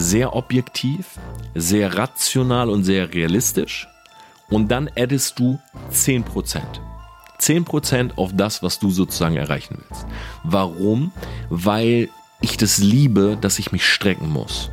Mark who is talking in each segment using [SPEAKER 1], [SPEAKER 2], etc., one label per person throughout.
[SPEAKER 1] sehr objektiv, sehr rational und sehr realistisch. Und dann addest du 10%. 10% auf das, was du sozusagen erreichen willst. Warum? Weil ich das liebe, dass ich mich strecken muss.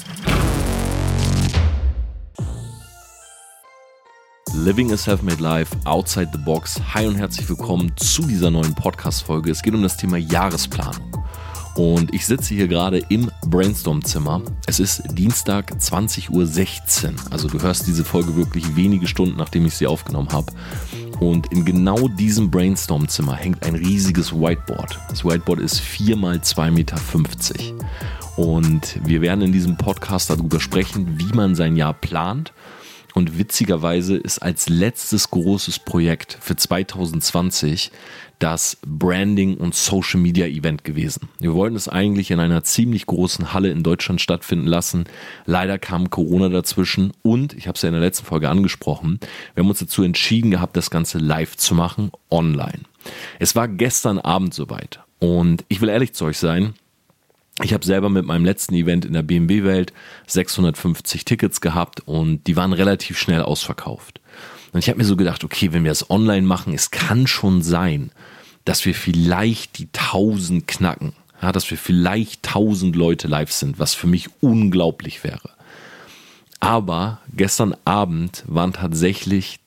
[SPEAKER 1] Living a Self-Made Life, Outside the Box. Hi und herzlich willkommen zu dieser neuen Podcast-Folge. Es geht um das Thema Jahresplanung. Und ich sitze hier gerade im Brainstorm-Zimmer. Es ist Dienstag 20:16 Uhr. Also du hörst diese Folge wirklich wenige Stunden, nachdem ich sie aufgenommen habe. Und in genau diesem Brainstorm-Zimmer hängt ein riesiges Whiteboard. Das Whiteboard ist 4x2,50 Meter. Und wir werden in diesem Podcast darüber sprechen, wie man sein Jahr plant. Und witzigerweise ist als letztes großes Projekt für 2020 das Branding- und Social-Media-Event gewesen. Wir wollten es eigentlich in einer ziemlich großen Halle in Deutschland stattfinden lassen. Leider kam Corona dazwischen und, ich habe es ja in der letzten Folge angesprochen, wir haben uns dazu entschieden gehabt, das Ganze live zu machen, online. Es war gestern Abend soweit und ich will ehrlich zu euch sein, ich habe selber mit meinem letzten Event in der BMW-Welt 650 Tickets gehabt und die waren relativ schnell ausverkauft. Und ich habe mir so gedacht, okay, wenn wir das online machen, es kann schon sein, dass wir vielleicht die 1000 knacken. Ja, dass wir vielleicht 1000 Leute live sind, was für mich unglaublich wäre. Aber gestern Abend waren tatsächlich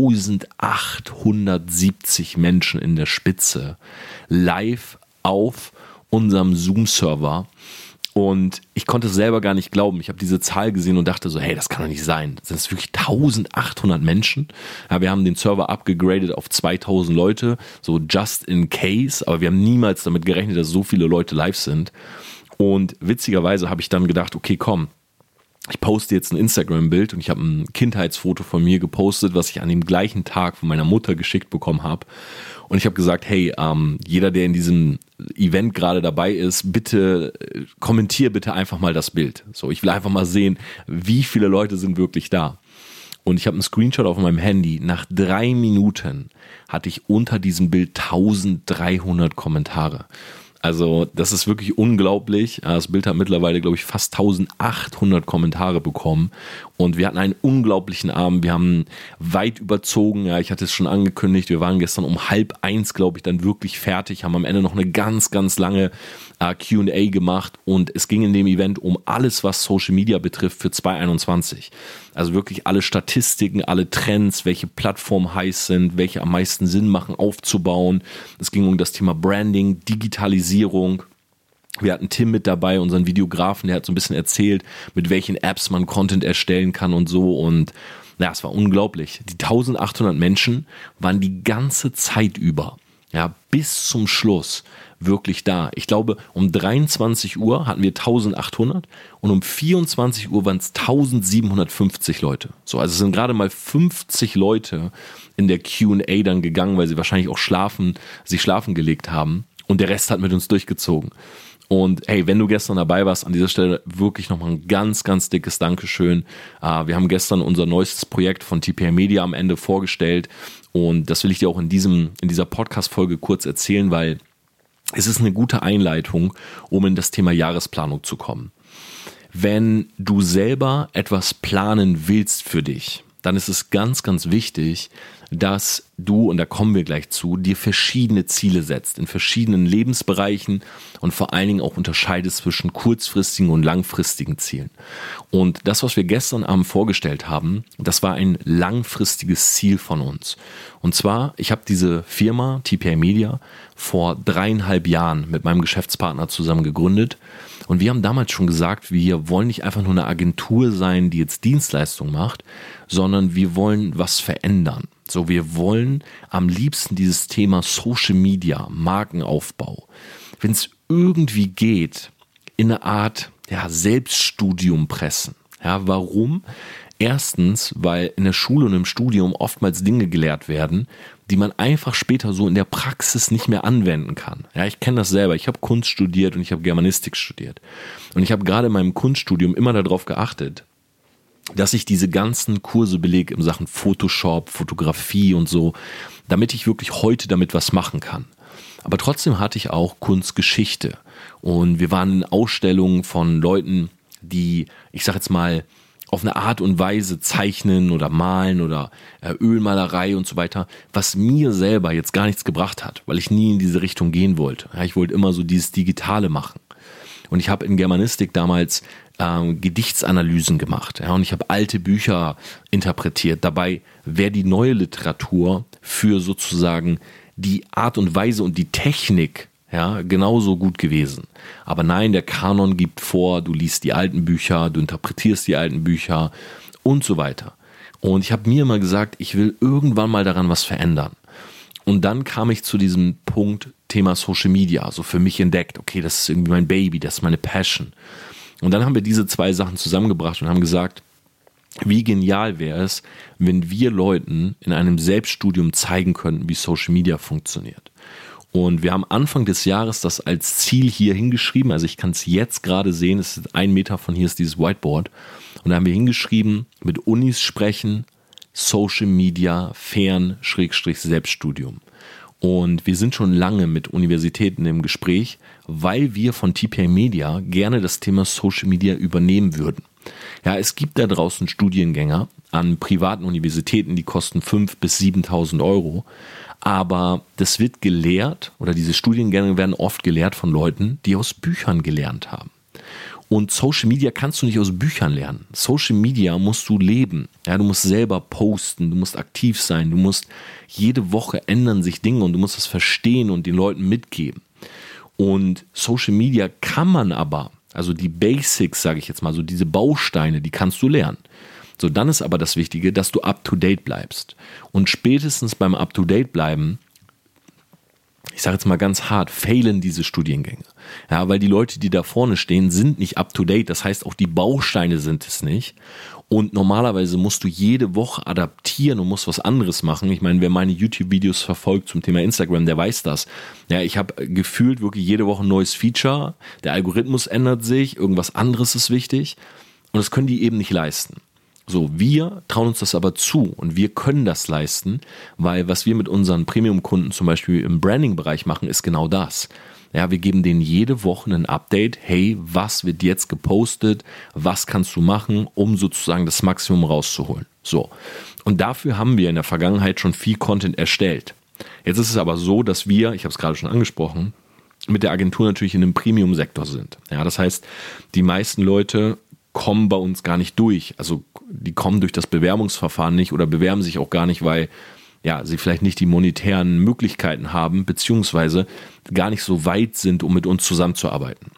[SPEAKER 1] 1870 Menschen in der Spitze live auf unserem Zoom-Server und ich konnte es selber gar nicht glauben. Ich habe diese Zahl gesehen und dachte so, hey, das kann doch nicht sein. Das sind wirklich 1800 Menschen. Ja, wir haben den Server abgegradet auf 2000 Leute, so just in case, aber wir haben niemals damit gerechnet, dass so viele Leute live sind. Und witzigerweise habe ich dann gedacht, okay, komm, ich poste jetzt ein Instagram-Bild und ich habe ein Kindheitsfoto von mir gepostet, was ich an dem gleichen Tag von meiner Mutter geschickt bekommen habe. Und ich habe gesagt, hey, jeder, der in diesem Event gerade dabei ist, bitte kommentier bitte einfach mal das Bild. So, ich will einfach mal sehen, wie viele Leute sind wirklich da. Und ich habe einen Screenshot auf meinem Handy. Nach 3 Minuten hatte ich unter diesem Bild 1300 Kommentare. Also das ist wirklich unglaublich. Das Bild hat mittlerweile, glaube ich, fast 1800 Kommentare bekommen und wir hatten einen unglaublichen Abend. Wir haben weit überzogen, ja, ich hatte es schon angekündigt, wir waren gestern um 12:30, glaube ich, dann wirklich fertig, haben am Ende noch eine ganz, ganz lange Q&A gemacht und es ging in dem Event um alles, was Social Media betrifft für 2021. Also wirklich alle Statistiken, alle Trends, welche Plattformen heiß sind, welche am meisten Sinn machen aufzubauen. Es ging um das Thema Branding, Digitalisierung. Wir hatten Tim mit dabei, unseren Videografen, der hat so ein bisschen erzählt, mit welchen Apps man Content erstellen kann und so. Und ja, es war unglaublich. Die 1800 Menschen waren die ganze Zeit über, ja, bis zum Schluss wirklich da. Ich glaube, um 23 Uhr hatten wir 1800 und um 24 Uhr waren es 1750 Leute. So, also es sind gerade mal 50 Leute in der Q&A dann gegangen, weil sie wahrscheinlich auch sich schlafen gelegt haben und der Rest hat mit uns durchgezogen. Und hey, wenn du gestern dabei warst, an dieser Stelle wirklich nochmal ein ganz, ganz dickes Dankeschön. Wir haben gestern unser neuestes Projekt von TPA Media am Ende vorgestellt und das will ich dir auch in dieser Podcast-Folge kurz erzählen, weil es ist eine gute Einleitung, um in das Thema Jahresplanung zu kommen. Wenn du selber etwas planen willst für dich, dann ist es ganz, ganz wichtig, dass du, und da kommen wir gleich zu, dir verschiedene Ziele setzt, in verschiedenen Lebensbereichen und vor allen Dingen auch unterscheidest zwischen kurzfristigen und langfristigen Zielen. Und das, was wir gestern Abend vorgestellt haben, das war ein langfristiges Ziel von uns. Und zwar, ich habe diese Firma, TPA Media, vor 3,5 Jahren mit meinem Geschäftspartner zusammen gegründet. Und wir haben damals schon gesagt, wir wollen nicht einfach nur eine Agentur sein, die jetzt Dienstleistungen macht, sondern wir wollen was verändern. So, wir wollen am liebsten dieses Thema Social Media, Markenaufbau, wenn es irgendwie geht, in eine Art Selbststudium pressen. Ja, warum? Erstens, weil in der Schule und im Studium oftmals Dinge gelehrt werden, die man einfach später so in der Praxis nicht mehr anwenden kann. Ja, ich kenne das selber. Ich habe Kunst studiert und ich habe Germanistik studiert. Und ich habe gerade in meinem Kunststudium immer darauf geachtet, dass ich diese ganzen Kurse belege in Sachen Photoshop, Fotografie und so, damit ich wirklich heute damit was machen kann. Aber trotzdem hatte ich auch Kunstgeschichte und wir waren in Ausstellungen von Leuten, die, ich sag jetzt mal, auf eine Art und Weise zeichnen oder malen oder Ölmalerei und so weiter, was mir selber jetzt gar nichts gebracht hat, weil ich nie in diese Richtung gehen wollte. Ja, ich wollte immer so dieses Digitale machen. Und ich habe in Germanistik damals Gedichtsanalysen gemacht. Ja, und ich habe alte Bücher interpretiert. Dabei wäre die neue Literatur für sozusagen die Art und Weise und die Technik genauso gut gewesen. Aber nein, der Kanon gibt vor, du liest die alten Bücher, du interpretierst die alten Bücher und so weiter. Und ich habe mir immer gesagt, ich will irgendwann mal daran was verändern. Und dann kam ich zu diesem Punkt Thema Social Media, also für mich entdeckt, okay, das ist irgendwie mein Baby, das ist meine Passion. Und dann haben wir diese zwei Sachen zusammengebracht und haben gesagt, wie genial wäre es, wenn wir Leuten in einem Selbststudium zeigen könnten, wie Social Media funktioniert. Und wir haben Anfang des Jahres das als Ziel hier hingeschrieben, also ich kann es jetzt gerade sehen, es ist 1 Meter von hier ist dieses Whiteboard. Und da haben wir hingeschrieben, mit Unis sprechen, Social Media fern-Selbststudium. Und wir sind schon lange mit Universitäten im Gespräch, weil wir von TPA Media gerne das Thema Social Media übernehmen würden. Ja, es gibt da draußen Studiengänger an privaten Universitäten, die kosten 5.000 bis 7.000 Euro. Aber das wird gelehrt, oder diese Studiengänge werden oft gelehrt von Leuten, die aus Büchern gelernt haben. Und Social Media kannst du nicht aus Büchern lernen. Social Media musst du leben. Ja, du musst selber posten, du musst aktiv sein, du musst jede Woche ändern sich Dinge und du musst das verstehen und den Leuten mitgeben. Und Social Media kann man aber, also die Basics, sage ich jetzt mal, so diese Bausteine, die kannst du lernen. So, dann ist aber das Wichtige, dass du up-to-date bleibst. Und spätestens beim up-to-date bleiben, ich sage jetzt mal ganz hart, failen diese Studiengänge. Ja, weil die Leute, die da vorne stehen, sind nicht up-to-date. Das heißt, auch die Bausteine sind es nicht. Und normalerweise musst du jede Woche adaptieren und musst was anderes machen. Ich meine, wer meine YouTube-Videos verfolgt zum Thema Instagram, der weiß das. Ja, ich habe gefühlt wirklich jede Woche ein neues Feature. Der Algorithmus ändert sich, irgendwas anderes ist wichtig. Und das können die eben nicht leisten. So, wir trauen uns das aber zu und wir können das leisten, weil was wir mit unseren Premium-Kunden zum Beispiel im Branding-Bereich machen, ist genau das. Ja, wir geben denen jede Woche ein Update. Hey, was wird jetzt gepostet? Was kannst du machen, um sozusagen das Maximum rauszuholen? So. Und dafür haben wir in der Vergangenheit schon viel Content erstellt. Jetzt ist es aber so, dass wir, ich habe es gerade schon angesprochen, mit der Agentur natürlich in einem Premium-Sektor sind. Ja, das heißt, die meisten Leute kommen bei uns gar nicht durch. Also die kommen durch das Bewerbungsverfahren nicht oder bewerben sich auch gar nicht, weil sie vielleicht nicht die monetären Möglichkeiten haben, beziehungsweise gar nicht so weit sind, um mit uns zusammenzuarbeiten.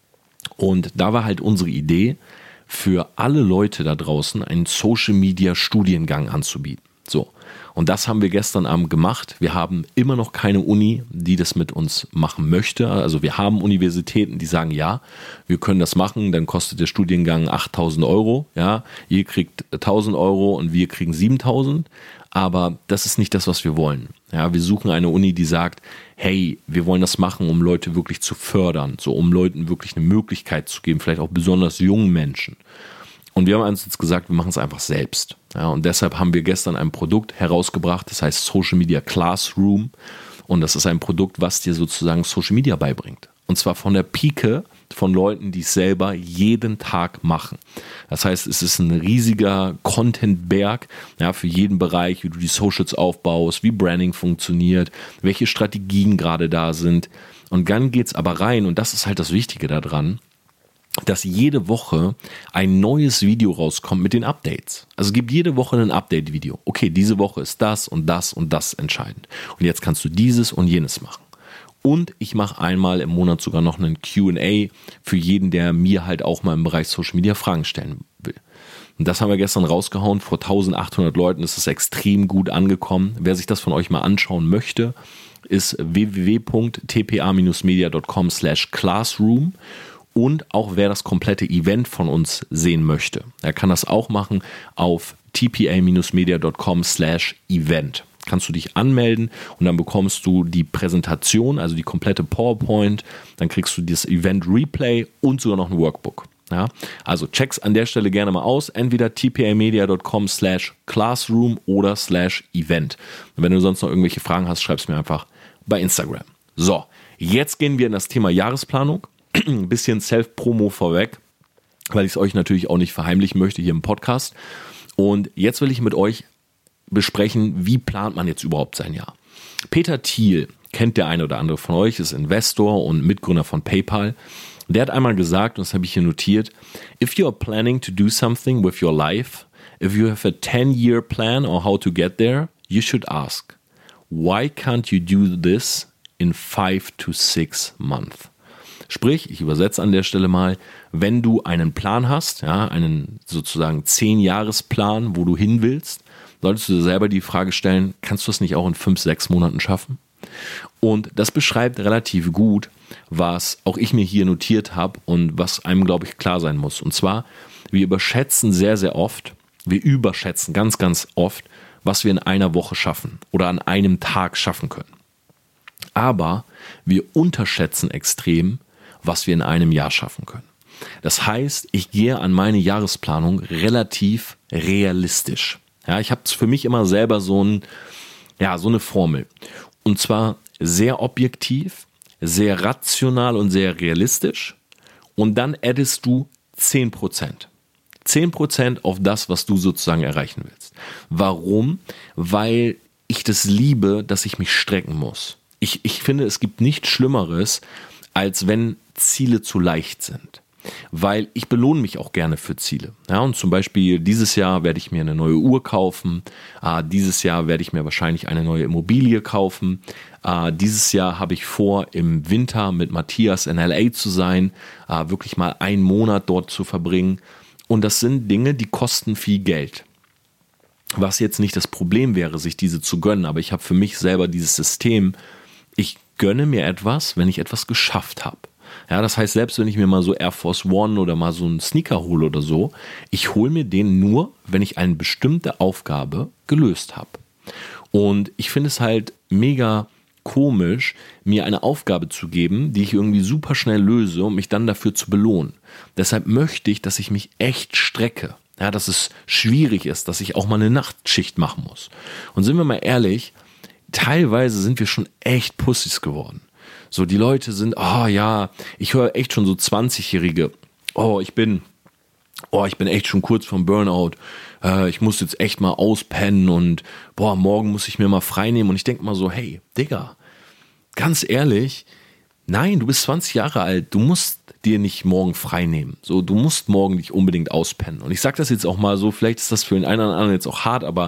[SPEAKER 1] Und da war halt unsere Idee, für alle Leute da draußen einen Social-Media-Studiengang anzubieten. So. Und das haben wir gestern Abend gemacht. Wir haben immer noch keine Uni, die das mit uns machen möchte. Also wir haben Universitäten, die sagen, ja, wir können das machen. Dann kostet der Studiengang 8.000 Euro. Ja, ihr kriegt 1.000 Euro und wir kriegen 7.000. Aber das ist nicht das, was wir wollen. Ja, wir suchen eine Uni, die sagt, hey, wir wollen das machen, um Leute wirklich zu fördern. So, um Leuten wirklich eine Möglichkeit zu geben, vielleicht auch besonders jungen Menschen. Und wir haben uns jetzt gesagt, wir machen es einfach selbst. Ja, und deshalb haben wir gestern ein Produkt herausgebracht, das heißt Social Media Classroom. Und das ist ein Produkt, was dir sozusagen Social Media beibringt. Und zwar von der Pike von Leuten, die es selber jeden Tag machen. Das heißt, es ist ein riesiger Content-Berg, für jeden Bereich, wie du die Socials aufbaust, wie Branding funktioniert, welche Strategien gerade da sind. Und dann geht es aber rein, und das ist halt das Wichtige daran, dass jede Woche ein neues Video rauskommt mit den Updates. Also es gibt jede Woche ein Update-Video. Okay, diese Woche ist das und das und das entscheidend. Und jetzt kannst du dieses und jenes machen. Und ich mache einmal im Monat sogar noch einen Q&A für jeden, der mir halt auch mal im Bereich Social Media Fragen stellen will. Und das haben wir gestern rausgehauen vor 1.800 Leuten. Das ist extrem gut angekommen. Wer sich das von euch mal anschauen möchte, ist www.tpa-media.com/classroom. Und auch wer das komplette Event von uns sehen möchte, er kann das auch machen auf tpa-media.com/event. Kannst du dich anmelden und dann bekommst du die Präsentation, also die komplette PowerPoint, dann kriegst du das Event Replay und sogar noch ein Workbook. Ja, also check's an der Stelle gerne mal aus, entweder tpa-media.com/classroom oder /event. Und wenn du sonst noch irgendwelche Fragen hast, schreib's mir einfach bei Instagram. So, jetzt gehen wir in das Thema Jahresplanung. Ein bisschen Self-Promo vorweg. weil ich es euch natürlich auch nicht verheimlichen möchte hier im Podcast. Und jetzt will ich mit euch besprechen, wie plant man jetzt überhaupt sein Jahr. Peter Thiel, kennt der eine oder andere von euch, ist Investor und Mitgründer von PayPal. Der hat einmal gesagt, und das habe ich hier notiert, if you are planning to do something with your life, if you have a 10-year plan or how to get there, you should ask, why can't you do this in 5 to 6 months? Sprich, ich übersetze an der Stelle mal, wenn du einen Plan hast, ja, einen sozusagen 10-Jahres-Plan, wo du hin willst, solltest du dir selber die Frage stellen, kannst du es nicht auch in 5, 6 Monaten schaffen? Und das beschreibt relativ gut, was auch ich mir hier notiert habe und was einem, glaube ich, klar sein muss. Und zwar, wir überschätzen sehr, sehr oft, wir überschätzen ganz, ganz oft, was wir in einer Woche schaffen oder an einem Tag schaffen können. Aber wir unterschätzen extrem, was wir in einem Jahr schaffen können. Das heißt, ich gehe an meine Jahresplanung relativ realistisch. Ja, ich habe für mich immer selber so eine Formel. Und zwar sehr objektiv, sehr rational und sehr realistisch. Und dann addest du 10%. 10% auf das, was du sozusagen erreichen willst. Warum? Weil ich das liebe, dass ich mich strecken muss. Ich finde, es gibt nichts Schlimmeres, als wenn Ziele zu leicht sind. Weil ich belohne mich auch gerne für Ziele. Ja, und zum Beispiel dieses Jahr werde ich mir eine neue Uhr kaufen. Dieses Jahr werde ich mir wahrscheinlich eine neue Immobilie kaufen. Dieses Jahr habe ich vor, im Winter mit Matthias in LA zu sein, wirklich mal einen Monat dort zu verbringen. Und das sind Dinge, die kosten viel Geld. Was jetzt nicht das Problem wäre, sich diese zu gönnen. Aber ich habe für mich selber dieses System, ich gönne mir etwas, wenn ich etwas geschafft habe. Ja, das heißt, selbst wenn ich mir mal so Air Force One oder mal so einen Sneaker hole oder so, ich hole mir den nur, wenn ich eine bestimmte Aufgabe gelöst habe. Und ich finde es halt mega komisch, mir eine Aufgabe zu geben, die ich irgendwie super schnell löse und mich dann dafür zu belohnen. Deshalb möchte ich, dass ich mich echt strecke. Ja, dass es schwierig ist, dass ich auch mal eine Nachtschicht machen muss. Und sind wir mal ehrlich, teilweise sind wir schon echt Pussys geworden. So, die Leute sind, ich höre echt schon so 20-Jährige, ich bin echt schon kurz vom Burnout, ich muss jetzt echt mal auspennen und morgen muss ich mir mal frei nehmen. Und ich denke mal so, hey, Digga, ganz ehrlich, nein, du bist 20 Jahre alt, du musst dir nicht morgen frei nehmen. So, du musst morgen nicht unbedingt auspennen. Und ich sage das jetzt auch mal so, vielleicht ist das für den einen oder anderen jetzt auch hart, aber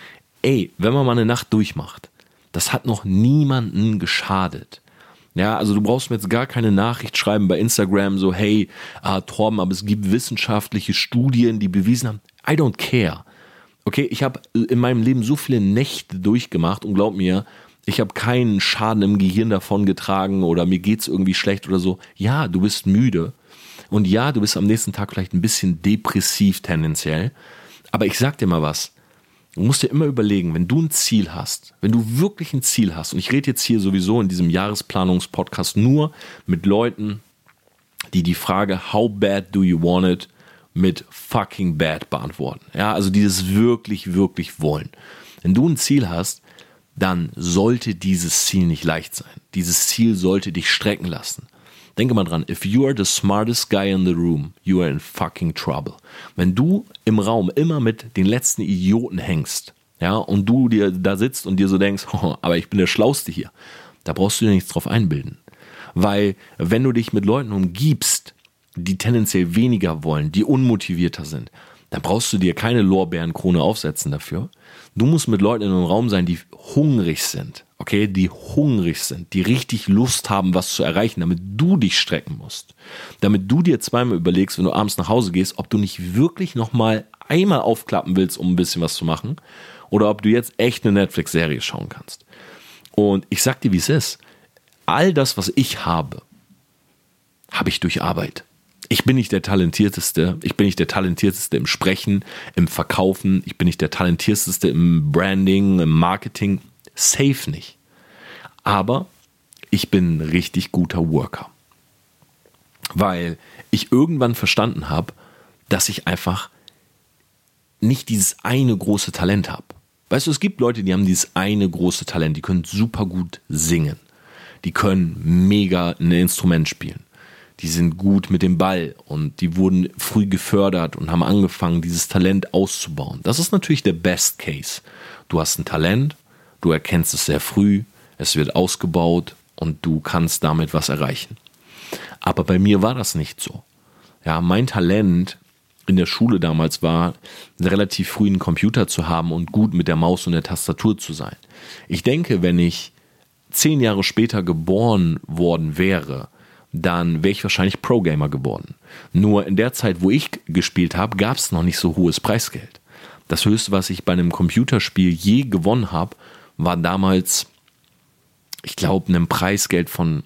[SPEAKER 1] wenn man mal eine Nacht durchmacht, das hat noch niemanden geschadet. Ja, also du brauchst mir jetzt gar keine Nachricht schreiben bei Instagram so, hey, Torben, aber es gibt wissenschaftliche Studien, die bewiesen haben. I don't care. Okay, ich habe in meinem Leben so viele Nächte durchgemacht und glaub mir, ich habe keinen Schaden im Gehirn davon getragen oder mir geht's irgendwie schlecht oder so. Ja, du bist müde und ja, du bist am nächsten Tag vielleicht ein bisschen depressiv tendenziell, aber ich sag dir mal was. Du musst dir immer überlegen, wenn du ein Ziel hast, wenn du wirklich ein Ziel hast, und ich rede jetzt hier sowieso in diesem Jahresplanungspodcast nur mit Leuten, die die Frage How bad do you want it mit fucking bad beantworten. Ja, also die das wirklich, wirklich wollen. Wenn du ein Ziel hast, dann sollte dieses Ziel nicht leicht sein. Dieses Ziel sollte dich strecken lassen. Denke mal dran, if you are the smartest guy in the room, you are in fucking trouble. Wenn du im Raum immer mit den letzten Idioten hängst, ja, und du dir da sitzt und dir so denkst, aber ich bin der Schlauste hier, da brauchst du dir nichts drauf einbilden. Weil wenn du dich mit Leuten umgibst, die tendenziell weniger wollen, die unmotivierter sind, dann brauchst du dir keine Lorbeerenkrone aufsetzen dafür. Du musst mit Leuten in einem Raum sein, die hungrig sind. Okay, die hungrig sind, die richtig Lust haben, was zu erreichen, damit du dich strecken musst. Damit du dir zweimal überlegst, wenn du abends nach Hause gehst, ob du nicht wirklich nochmal einmal aufklappen willst, um ein bisschen was zu machen, oder ob du jetzt echt eine Netflix-Serie schauen kannst. Und ich sag dir, wie es ist. All das, was ich habe ich durch Arbeit. Ich bin nicht der Talentierteste. Ich bin nicht der Talentierteste im Sprechen, im Verkaufen. Ich bin nicht der Talentierteste im Branding, im Marketing. Safe nicht. Aber ich bin ein richtig guter Worker. Weil ich irgendwann verstanden habe, dass ich einfach nicht dieses eine große Talent habe. Weißt du, es gibt Leute, die haben dieses eine große Talent. Die können super gut singen. Die können mega ein Instrument spielen. die sind gut mit dem Ball und die wurden früh gefördert und haben angefangen, dieses Talent auszubauen. Das ist natürlich der Best Case. Du hast ein Talent, du erkennst es sehr früh, es wird ausgebaut und du kannst damit was erreichen. Aber bei mir war das nicht so. Ja, mein Talent in der Schule damals war, relativ früh einen Computer zu haben und gut mit der Maus und der Tastatur zu sein. Ich denke, wenn ich 10 Jahre später geboren worden wäre, dann wäre ich wahrscheinlich Pro-Gamer geworden. Nur in der Zeit, wo ich gespielt habe, gab es noch nicht so hohes Preisgeld. Das Höchste, was ich bei einem Computerspiel je gewonnen habe, war damals, ich glaube, ein Preisgeld von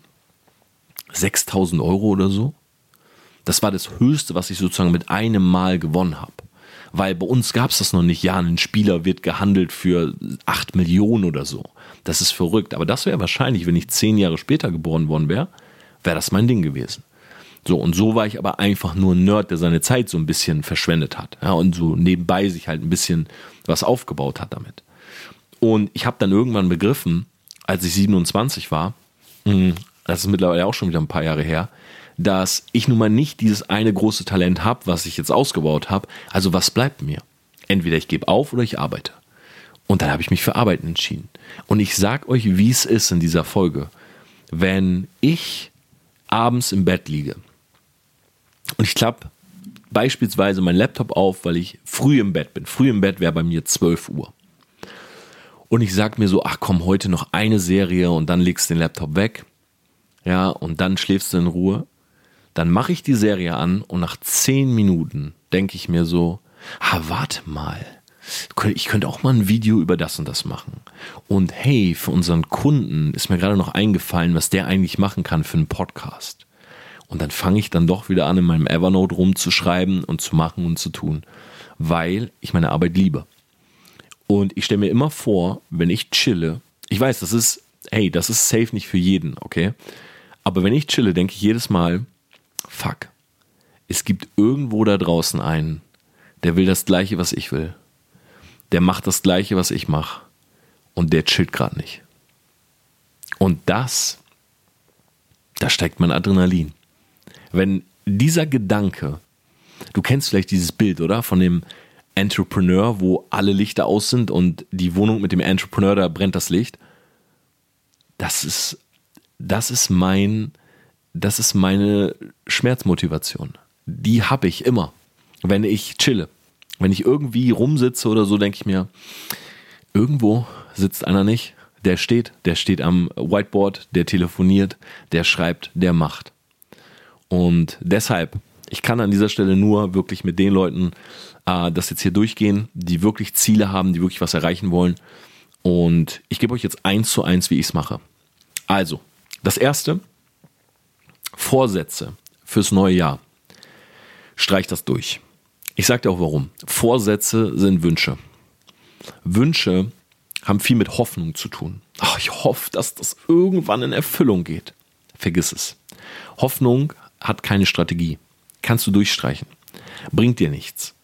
[SPEAKER 1] 6.000 Euro oder so. Das war das Höchste, was ich sozusagen mit einem Mal gewonnen habe. Weil bei uns gab es das noch nicht. Ja, ein Spieler wird gehandelt für 8 Millionen oder so. Das ist verrückt. Aber das wäre wahrscheinlich, wenn ich 10 Jahre später geboren worden wäre, wäre das mein Ding gewesen. So, und so war ich aber einfach nur ein Nerd, der seine Zeit so ein bisschen verschwendet hat. Ja, und so nebenbei sich halt ein bisschen was aufgebaut hat damit. Und ich habe dann irgendwann begriffen, als ich 27 war, das ist mittlerweile auch schon wieder ein paar Jahre her, dass ich nun mal nicht dieses eine große Talent habe, was ich jetzt ausgebaut habe. Also was bleibt mir? Entweder ich gebe auf oder ich arbeite. Und dann habe ich mich für Arbeiten entschieden. Und ich sage euch, wie es ist in dieser Folge. Wenn ich abends im Bett liege und ich klappe beispielsweise meinen Laptop auf, weil ich früh im Bett bin. Früh im Bett wäre bei mir 12 Uhr. Und ich sage mir so, ach komm, heute noch eine Serie und dann legst du den Laptop weg. Ja, und dann schläfst du in Ruhe. Dann mache ich die Serie an und nach 10 Minuten denke ich mir so, warte mal, ich könnte auch mal ein Video über das und das machen. Und hey, für unseren Kunden ist mir gerade noch eingefallen, was der eigentlich machen kann für einen Podcast. Und dann fange ich dann doch wieder an, in meinem Evernote rumzuschreiben und zu machen und zu tun, weil ich meine Arbeit liebe. Und ich stelle mir immer vor, wenn ich chille, ich weiß, das ist safe nicht für jeden, okay? Aber wenn ich chille, denke ich jedes Mal, fuck, es gibt irgendwo da draußen einen, der will das Gleiche, was ich will. Der macht das Gleiche, was ich mache. Und der chillt gerade nicht. Und da steigt mein Adrenalin. Wenn dieser Gedanke, du kennst vielleicht dieses Bild, oder? Von dem Entrepreneur, wo alle Lichter aus sind und die Wohnung mit dem Entrepreneur, da brennt das Licht. Das ist meine Schmerzmotivation. Die habe ich immer, wenn ich chille. Wenn ich irgendwie rumsitze oder so, denke ich mir, irgendwo sitzt einer nicht, der steht am Whiteboard, der telefoniert, der schreibt, der macht. Und deshalb, ich kann an dieser Stelle nur wirklich mit den Leuten das jetzt hier durchgehen, die wirklich Ziele haben, die wirklich was erreichen wollen. Und ich gebe euch jetzt 1:1, wie ich es mache. Also, das erste, Vorsätze fürs neue Jahr. Streich das durch. Ich sage dir auch warum. Vorsätze sind Wünsche. Wünsche haben viel mit Hoffnung zu tun. Ich hoffe, dass das irgendwann in Erfüllung geht. Vergiss es. Hoffnung hat keine Strategie. Kannst du durchstreichen. Bringt dir nichts.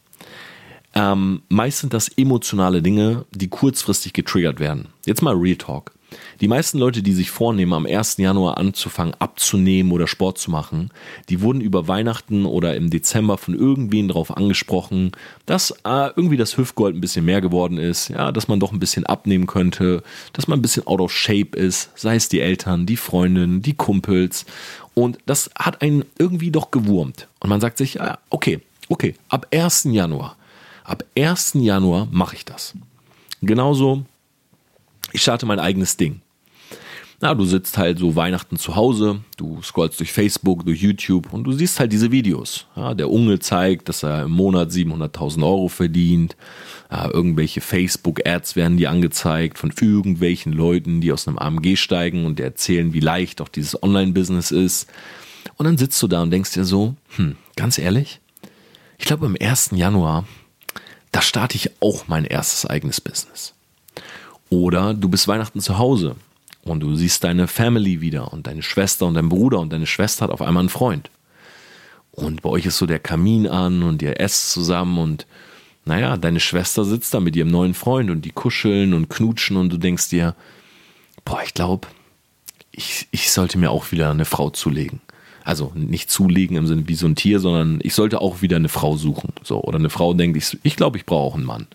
[SPEAKER 1] Meist sind das emotionale Dinge, die kurzfristig getriggert werden. Jetzt mal Real Talk. Die meisten Leute, die sich vornehmen, am 1. Januar anzufangen, abzunehmen oder Sport zu machen, die wurden über Weihnachten oder im Dezember von irgendwen darauf angesprochen, dass irgendwie das Hüftgold ein bisschen mehr geworden ist, ja, dass man doch ein bisschen abnehmen könnte, dass man ein bisschen out of shape ist, sei es die Eltern, die Freundinnen, die Kumpels. Und das hat einen irgendwie doch gewurmt. Und man sagt sich, ja, okay, ab 1. Januar mache ich das. Genauso, ich starte mein eigenes Ding. Du sitzt halt so Weihnachten zu Hause, du scrollst durch Facebook, durch YouTube und du siehst halt diese Videos. Ja, der Unge zeigt, dass er im Monat 700.000 Euro verdient. Irgendwelche Facebook-Ads werden dir angezeigt von irgendwelchen Leuten, die aus einem AMG steigen und dir erzählen, wie leicht auch dieses Online-Business ist. Und dann sitzt du da und denkst dir so, ganz ehrlich, ich glaube am 1. Januar, da starte ich auch mein erstes eigenes Business. Oder du bist Weihnachten zu Hause und du siehst deine Family wieder und deine Schwester und dein Bruder und deine Schwester hat auf einmal einen Freund. Und bei euch ist so der Kamin an und ihr esst zusammen und deine Schwester sitzt da mit ihrem neuen Freund und die kuscheln und knutschen und du denkst dir, ich glaube, ich sollte mir auch wieder eine Frau zulegen. Also nicht zulegen im Sinne wie so ein Tier, sondern ich sollte auch wieder eine Frau suchen. So, oder eine Frau denkt, ich glaube, ich brauche auch einen Mann.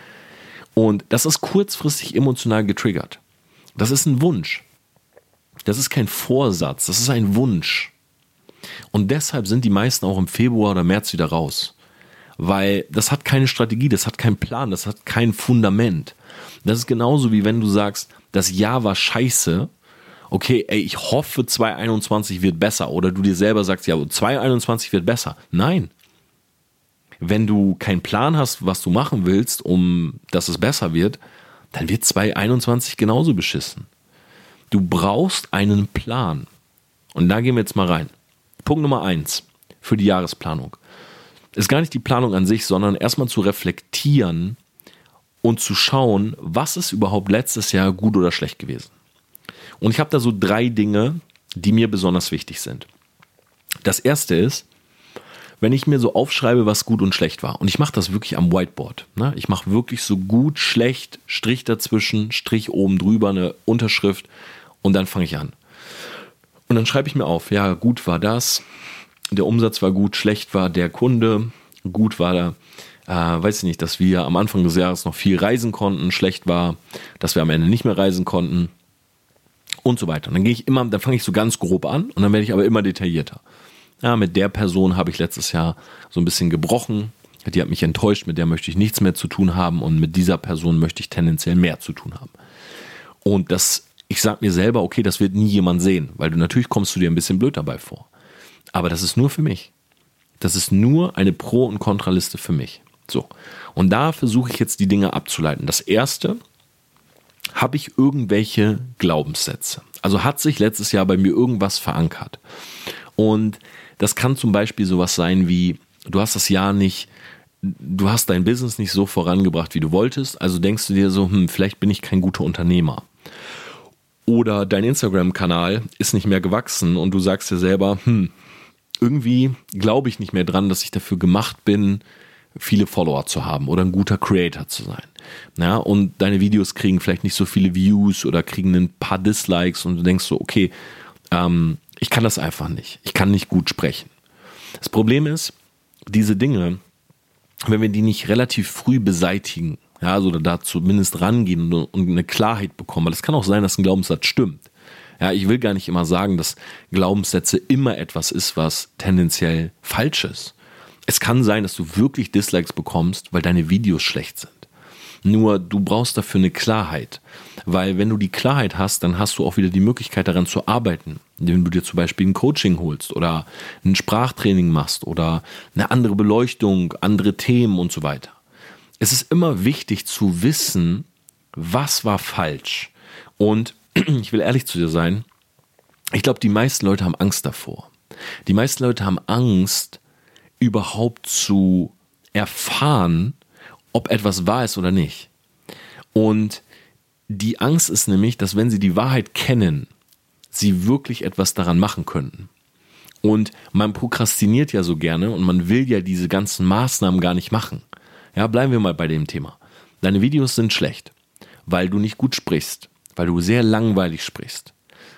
[SPEAKER 1] Und das ist kurzfristig emotional getriggert. Das ist ein Wunsch. Das ist kein Vorsatz, das ist ein Wunsch. Und deshalb sind die meisten auch im Februar oder März wieder raus. Weil das hat keine Strategie, das hat keinen Plan, das hat kein Fundament. Das ist genauso wie wenn du sagst, das Jahr war scheiße. Okay, ich hoffe 2021 wird besser. Oder du dir selber sagst, ja, 2021 wird besser. Nein. Wenn du keinen Plan hast, was du machen willst, dass es besser wird, dann wird 2021 genauso beschissen. Du brauchst einen Plan. Und da gehen wir jetzt mal rein. Punkt Nummer 1 für die Jahresplanung ist gar nicht die Planung an sich, sondern erstmal zu reflektieren und zu schauen, was ist überhaupt letztes Jahr gut oder schlecht gewesen. Und ich habe da so 3 Dinge, die mir besonders wichtig sind. Das erste ist, wenn ich mir so aufschreibe, was gut und schlecht war. Und ich mache das wirklich am Whiteboard. Ne? Ich mache wirklich so gut, schlecht, Strich dazwischen, Strich oben drüber, eine Unterschrift und dann fange ich an. Und dann schreibe ich mir auf, ja, gut war das, der Umsatz war gut, schlecht war der Kunde, gut war weiß ich nicht, dass wir am Anfang des Jahres noch viel reisen konnten, schlecht war, dass wir am Ende nicht mehr reisen konnten und so weiter. Und dann fange ich so ganz grob an und dann werde ich aber immer detaillierter. Ja, mit der Person habe ich letztes Jahr so ein bisschen gebrochen, die hat mich enttäuscht, mit der möchte ich nichts mehr zu tun haben und mit dieser Person möchte ich tendenziell mehr zu tun haben. Und ich sage mir selber, okay, das wird nie jemand sehen, weil natürlich kommst du dir ein bisschen blöd dabei vor. Aber das ist nur für mich. Das ist nur eine Pro- und Kontraliste für mich. So. Und da versuche ich jetzt die Dinge abzuleiten. Das erste, habe ich irgendwelche Glaubenssätze? Also hat sich letztes Jahr bei mir irgendwas verankert? Und das kann zum Beispiel sowas sein wie, du hast dein Business nicht so vorangebracht, wie du wolltest, also denkst du dir so, vielleicht bin ich kein guter Unternehmer. Oder dein Instagram-Kanal ist nicht mehr gewachsen und du sagst dir selber, irgendwie glaube ich nicht mehr dran, dass ich dafür gemacht bin, viele Follower zu haben oder ein guter Creator zu sein. Ja, und deine Videos kriegen vielleicht nicht so viele Views oder kriegen ein paar Dislikes und du denkst so, okay, ich kann das einfach nicht. Ich kann nicht gut sprechen. Das Problem ist, diese Dinge, wenn wir die nicht relativ früh beseitigen, ja, also da zumindest rangehen und eine Klarheit bekommen, weil es kann auch sein, dass ein Glaubenssatz stimmt. Ja, ich will gar nicht immer sagen, dass Glaubenssätze immer etwas ist, was tendenziell falsch ist. Es kann sein, dass du wirklich Dislikes bekommst, weil deine Videos schlecht sind. Nur du brauchst dafür eine Klarheit, weil wenn du die Klarheit hast, dann hast du auch wieder die Möglichkeit daran zu arbeiten, indem du dir zum Beispiel ein Coaching holst oder ein Sprachtraining machst oder eine andere Beleuchtung, andere Themen und so weiter. Es ist immer wichtig zu wissen, was war falsch. Und ich will ehrlich zu dir sein, ich glaube, die meisten Leute haben Angst davor. Die meisten Leute haben Angst, überhaupt zu erfahren, ob etwas wahr ist oder nicht. Und die Angst ist nämlich, dass wenn sie die Wahrheit kennen, sie wirklich etwas daran machen könnten. Und man prokrastiniert ja so gerne und man will ja diese ganzen Maßnahmen gar nicht machen. Ja, bleiben wir mal bei dem Thema. Deine Videos sind schlecht, weil du nicht gut sprichst, weil du sehr langweilig sprichst.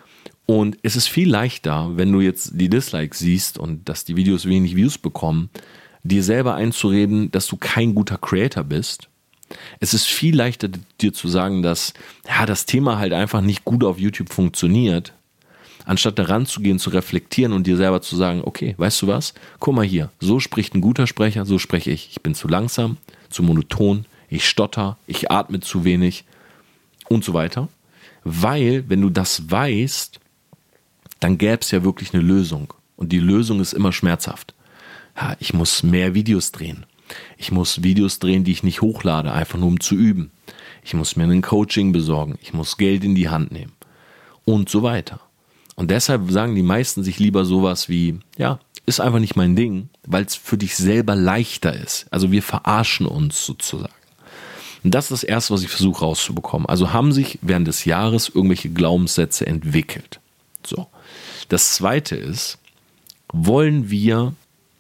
[SPEAKER 1] Und es ist viel leichter, wenn du jetzt die Dislikes siehst und dass die Videos wenig Views bekommen, dir selber einzureden, dass du kein guter Creator bist. Es ist viel leichter, dir zu sagen, dass das Thema halt einfach nicht gut auf YouTube funktioniert, anstatt daran zu gehen, zu reflektieren und dir selber zu sagen, okay, weißt du was? Guck mal hier, so spricht ein guter Sprecher, so spreche ich. Ich bin zu langsam, zu monoton, ich stotter, ich atme zu wenig und so weiter. Weil, wenn du das weißt, dann gäbe es ja wirklich eine Lösung. Und die Lösung ist immer schmerzhaft. Ja, ich muss mehr Videos drehen. Ich muss Videos drehen, die ich nicht hochlade, einfach nur um zu üben. Ich muss mir ein Coaching besorgen. Ich muss Geld in die Hand nehmen. Und so weiter. Und deshalb sagen die meisten sich lieber sowas wie, ja, ist einfach nicht mein Ding, weil es für dich selber leichter ist. Also wir verarschen uns sozusagen. Und das ist das Erste, was ich versuche rauszubekommen. Also haben sich während des Jahres irgendwelche Glaubenssätze entwickelt. So. Das Zweite ist, wollen wir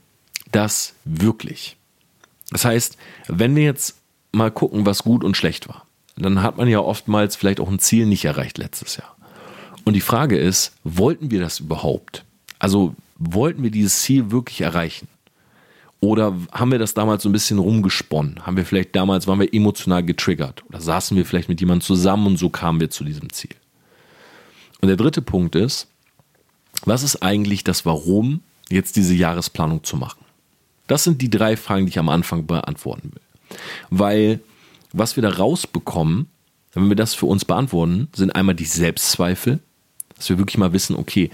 [SPEAKER 1] das wirklich? Das heißt, wenn wir jetzt mal gucken, was gut und schlecht war, dann hat man ja oftmals vielleicht auch ein Ziel nicht erreicht letztes Jahr. Und die Frage ist, wollten wir das überhaupt? Also wollten wir dieses Ziel wirklich erreichen? Oder haben wir das damals so ein bisschen rumgesponnen? Waren wir emotional getriggert? Oder saßen wir vielleicht mit jemandem zusammen und so kamen wir zu diesem Ziel? Und der dritte Punkt ist, was ist eigentlich das Warum, jetzt diese Jahresplanung zu machen? Das sind die 3 Fragen, die ich am Anfang beantworten will. Weil was wir da rausbekommen, wenn wir das für uns beantworten, sind einmal die Selbstzweifel, dass wir wirklich mal wissen, okay,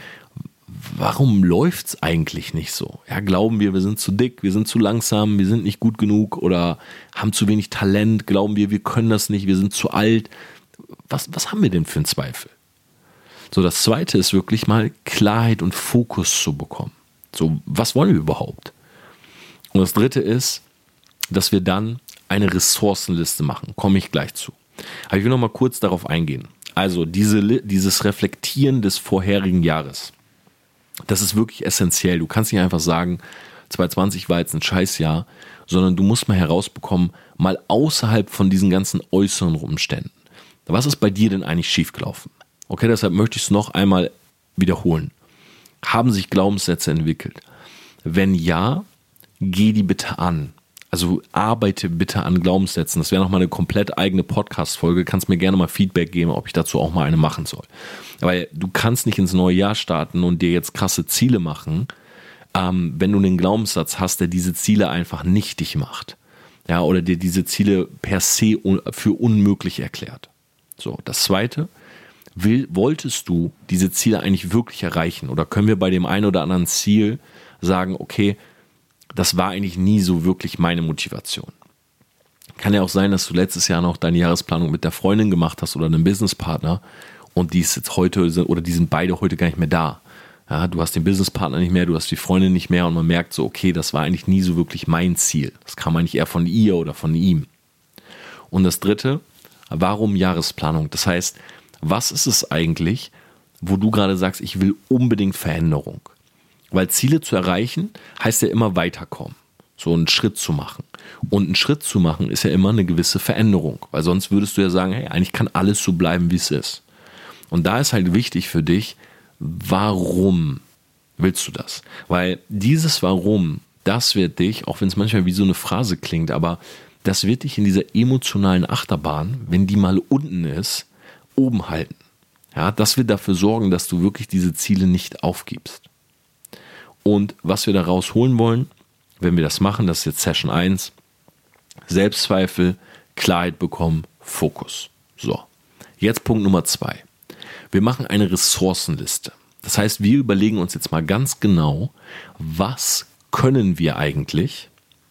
[SPEAKER 1] warum läuft es eigentlich nicht so? Ja, glauben wir sind zu dick, wir sind zu langsam, wir sind nicht gut genug oder haben zu wenig Talent, glauben wir können das nicht, wir sind zu alt. Was haben wir denn für einen Zweifel? So, das Zweite ist wirklich mal Klarheit und Fokus zu bekommen. So, was wollen wir überhaupt? Und das Dritte ist, dass wir dann eine Ressourcenliste machen. Komme ich gleich zu. Aber ich will noch mal kurz darauf eingehen. Also dieses Reflektieren des vorherigen Jahres, das ist wirklich essentiell. Du kannst nicht einfach sagen, 2020 war jetzt ein Scheißjahr, sondern du musst mal herausbekommen, mal außerhalb von diesen ganzen äußeren Umständen. Was ist bei dir denn eigentlich schiefgelaufen? Okay, deshalb möchte ich es noch einmal wiederholen. Haben sich Glaubenssätze entwickelt? Wenn ja, geh die bitte an. Also arbeite bitte an Glaubenssätzen. Das wäre nochmal eine komplett eigene Podcast-Folge. Kannst mir gerne mal Feedback geben, ob ich dazu auch mal eine machen soll. Weil du kannst nicht ins neue Jahr starten und dir jetzt krasse Ziele machen, wenn du einen Glaubenssatz hast, der diese Ziele einfach nichtig macht. Ja, oder dir diese Ziele per se für unmöglich erklärt. So, das Zweite, wolltest du diese Ziele eigentlich wirklich erreichen? Oder können wir bei dem einen oder anderen Ziel sagen, okay, das war eigentlich nie so wirklich meine Motivation. Kann ja auch sein, dass du letztes Jahr noch deine Jahresplanung mit der Freundin gemacht hast oder einem Businesspartner und die ist jetzt heute oder die sind beide heute gar nicht mehr da. Ja, du hast den Businesspartner nicht mehr, du hast die Freundin nicht mehr und man merkt so, okay, das war eigentlich nie so wirklich mein Ziel. Das kam eigentlich eher von ihr oder von ihm. Und das Dritte, warum Jahresplanung? Das heißt, was ist es eigentlich, wo du gerade sagst, ich will unbedingt Veränderung? Weil Ziele zu erreichen, heißt ja immer weiterkommen, so einen Schritt zu machen. Und ein Schritt zu machen ist ja immer eine gewisse Veränderung, weil sonst würdest du ja sagen, hey, eigentlich kann alles so bleiben, wie es ist. Und da ist halt wichtig für dich, warum willst du das? Weil dieses Warum, das wird dich, auch wenn es manchmal wie so eine Phrase klingt, aber das wird dich in dieser emotionalen Achterbahn, wenn die mal unten ist, oben halten. Ja, das wird dafür sorgen, dass du wirklich diese Ziele nicht aufgibst. Und was wir da rausholen wollen, wenn wir das machen, das ist jetzt Session 1, Selbstzweifel, Klarheit bekommen, Fokus. So, jetzt Punkt Nummer 2. Wir machen eine Ressourcenliste. Das heißt, wir überlegen uns jetzt mal ganz genau, was können wir eigentlich,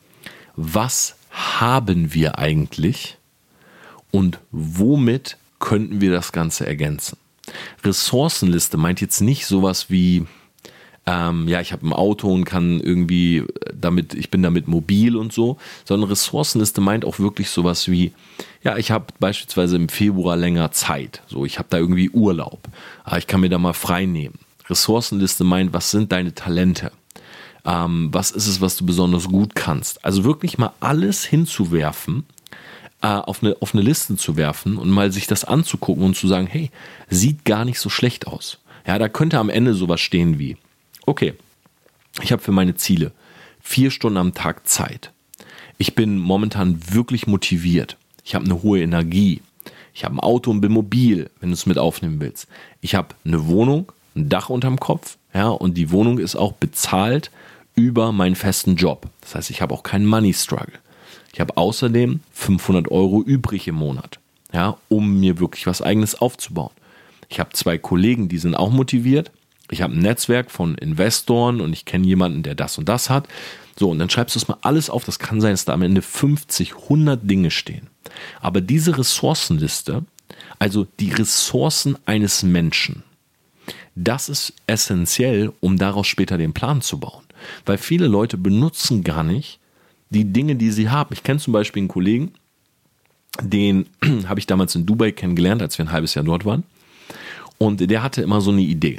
[SPEAKER 1] was haben wir eigentlich und womit könnten wir das Ganze ergänzen. Ressourcenliste meint jetzt nicht sowas wie, ich habe ein Auto und kann irgendwie ich bin damit mobil und so, sondern Ressourcenliste meint auch wirklich sowas wie, ja, ich habe beispielsweise im Februar länger Zeit, so, ich habe da irgendwie Urlaub, ich kann mir da mal frei nehmen. Ressourcenliste meint, was sind deine Talente? Was ist es, was du besonders gut kannst? Also wirklich mal alles hinzuwerfen, auf eine Liste zu werfen und mal sich das anzugucken und zu sagen, hey, sieht gar nicht so schlecht aus. Ja, da könnte am Ende sowas stehen wie, okay, ich habe für meine Ziele 4 Stunden am Tag Zeit. Ich bin momentan wirklich motiviert. Ich habe eine hohe Energie. Ich habe ein Auto und bin mobil, wenn du es mit aufnehmen willst. Ich habe eine Wohnung, ein Dach unterm Kopf, ja, und die Wohnung ist auch bezahlt über meinen festen Job. Das heißt, ich habe auch keinen Money Struggle. Ich habe außerdem 500 € übrig im Monat, ja, um mir wirklich was Eigenes aufzubauen. Ich habe 2 Kollegen, die sind auch motiviert. Ich habe ein Netzwerk von Investoren und ich kenne jemanden, der das und das hat. So, und dann schreibst du es mal alles auf. Das kann sein, dass da am Ende 50, 100 Dinge stehen. Aber diese Ressourcenliste, also die Ressourcen eines Menschen, das ist essentiell, um daraus später den Plan zu bauen. Weil viele Leute benutzen gar nicht die Dinge, die sie haben. Ich kenne zum Beispiel einen Kollegen, den habe ich damals in Dubai kennengelernt, als wir ein halbes Jahr dort waren. Und der hatte immer so eine Idee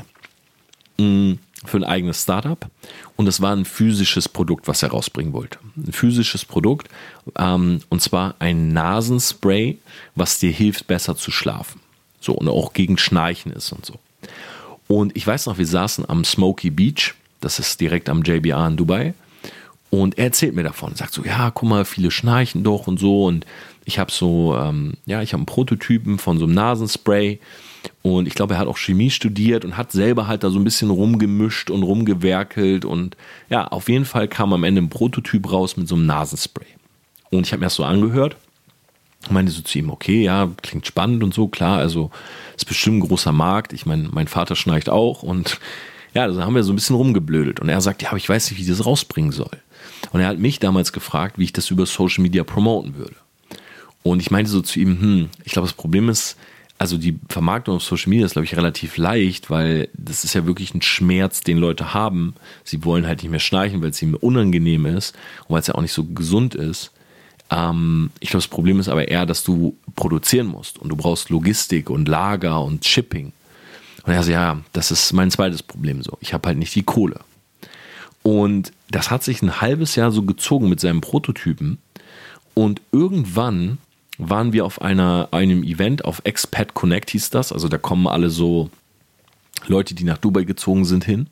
[SPEAKER 1] für ein eigenes Startup. Und es war ein physisches Produkt, was er rausbringen wollte. Ein physisches Produkt, und zwar ein Nasenspray, was dir hilft, besser zu schlafen. So, und auch gegen Schnarchen ist und so. Und ich weiß noch, wir saßen am Smoky Beach. Das ist direkt am JBR in Dubai. Und er erzählt mir davon, sagt so, ja, guck mal, viele schnarchen doch und so. Und ich habe so, ich habe einen Prototypen von so einem Nasenspray. Und ich glaube, er hat auch Chemie studiert und hat selber halt da so ein bisschen rumgemischt und rumgewerkelt. Und ja, auf jeden Fall kam am Ende ein Prototyp raus mit so einem Nasenspray. Und ich habe mir das so angehört. Meinte so zu ihm, okay, ja, klingt spannend und so, klar, also ist bestimmt ein großer Markt. Ich meine, mein Vater schnarcht auch und ja, da haben wir so ein bisschen rumgeblödelt. Und er sagt, ja, aber ich weiß nicht, wie ich das rausbringen soll. Und er hat mich damals gefragt, wie ich das über Social Media promoten würde. Und ich meinte so zu ihm, ich glaube, das Problem ist, also die Vermarktung auf Social Media ist, glaube ich, relativ leicht, weil das ist ja wirklich ein Schmerz, den Leute haben. Sie wollen halt nicht mehr schnarchen, weil es ihnen unangenehm ist und weil es ja auch nicht so gesund ist. Ich glaube, das Problem ist aber eher, dass du produzieren musst und du brauchst Logistik und Lager und Shipping. Und er sagt, ja, das ist mein zweites Problem so. Ich habe halt nicht die Kohle. Und das hat sich ein halbes Jahr so gezogen mit seinem Prototypen. Und irgendwann waren wir auf einem Event, auf Expat Connect hieß das. Also da kommen alle so Leute, die nach Dubai gezogen sind, hin.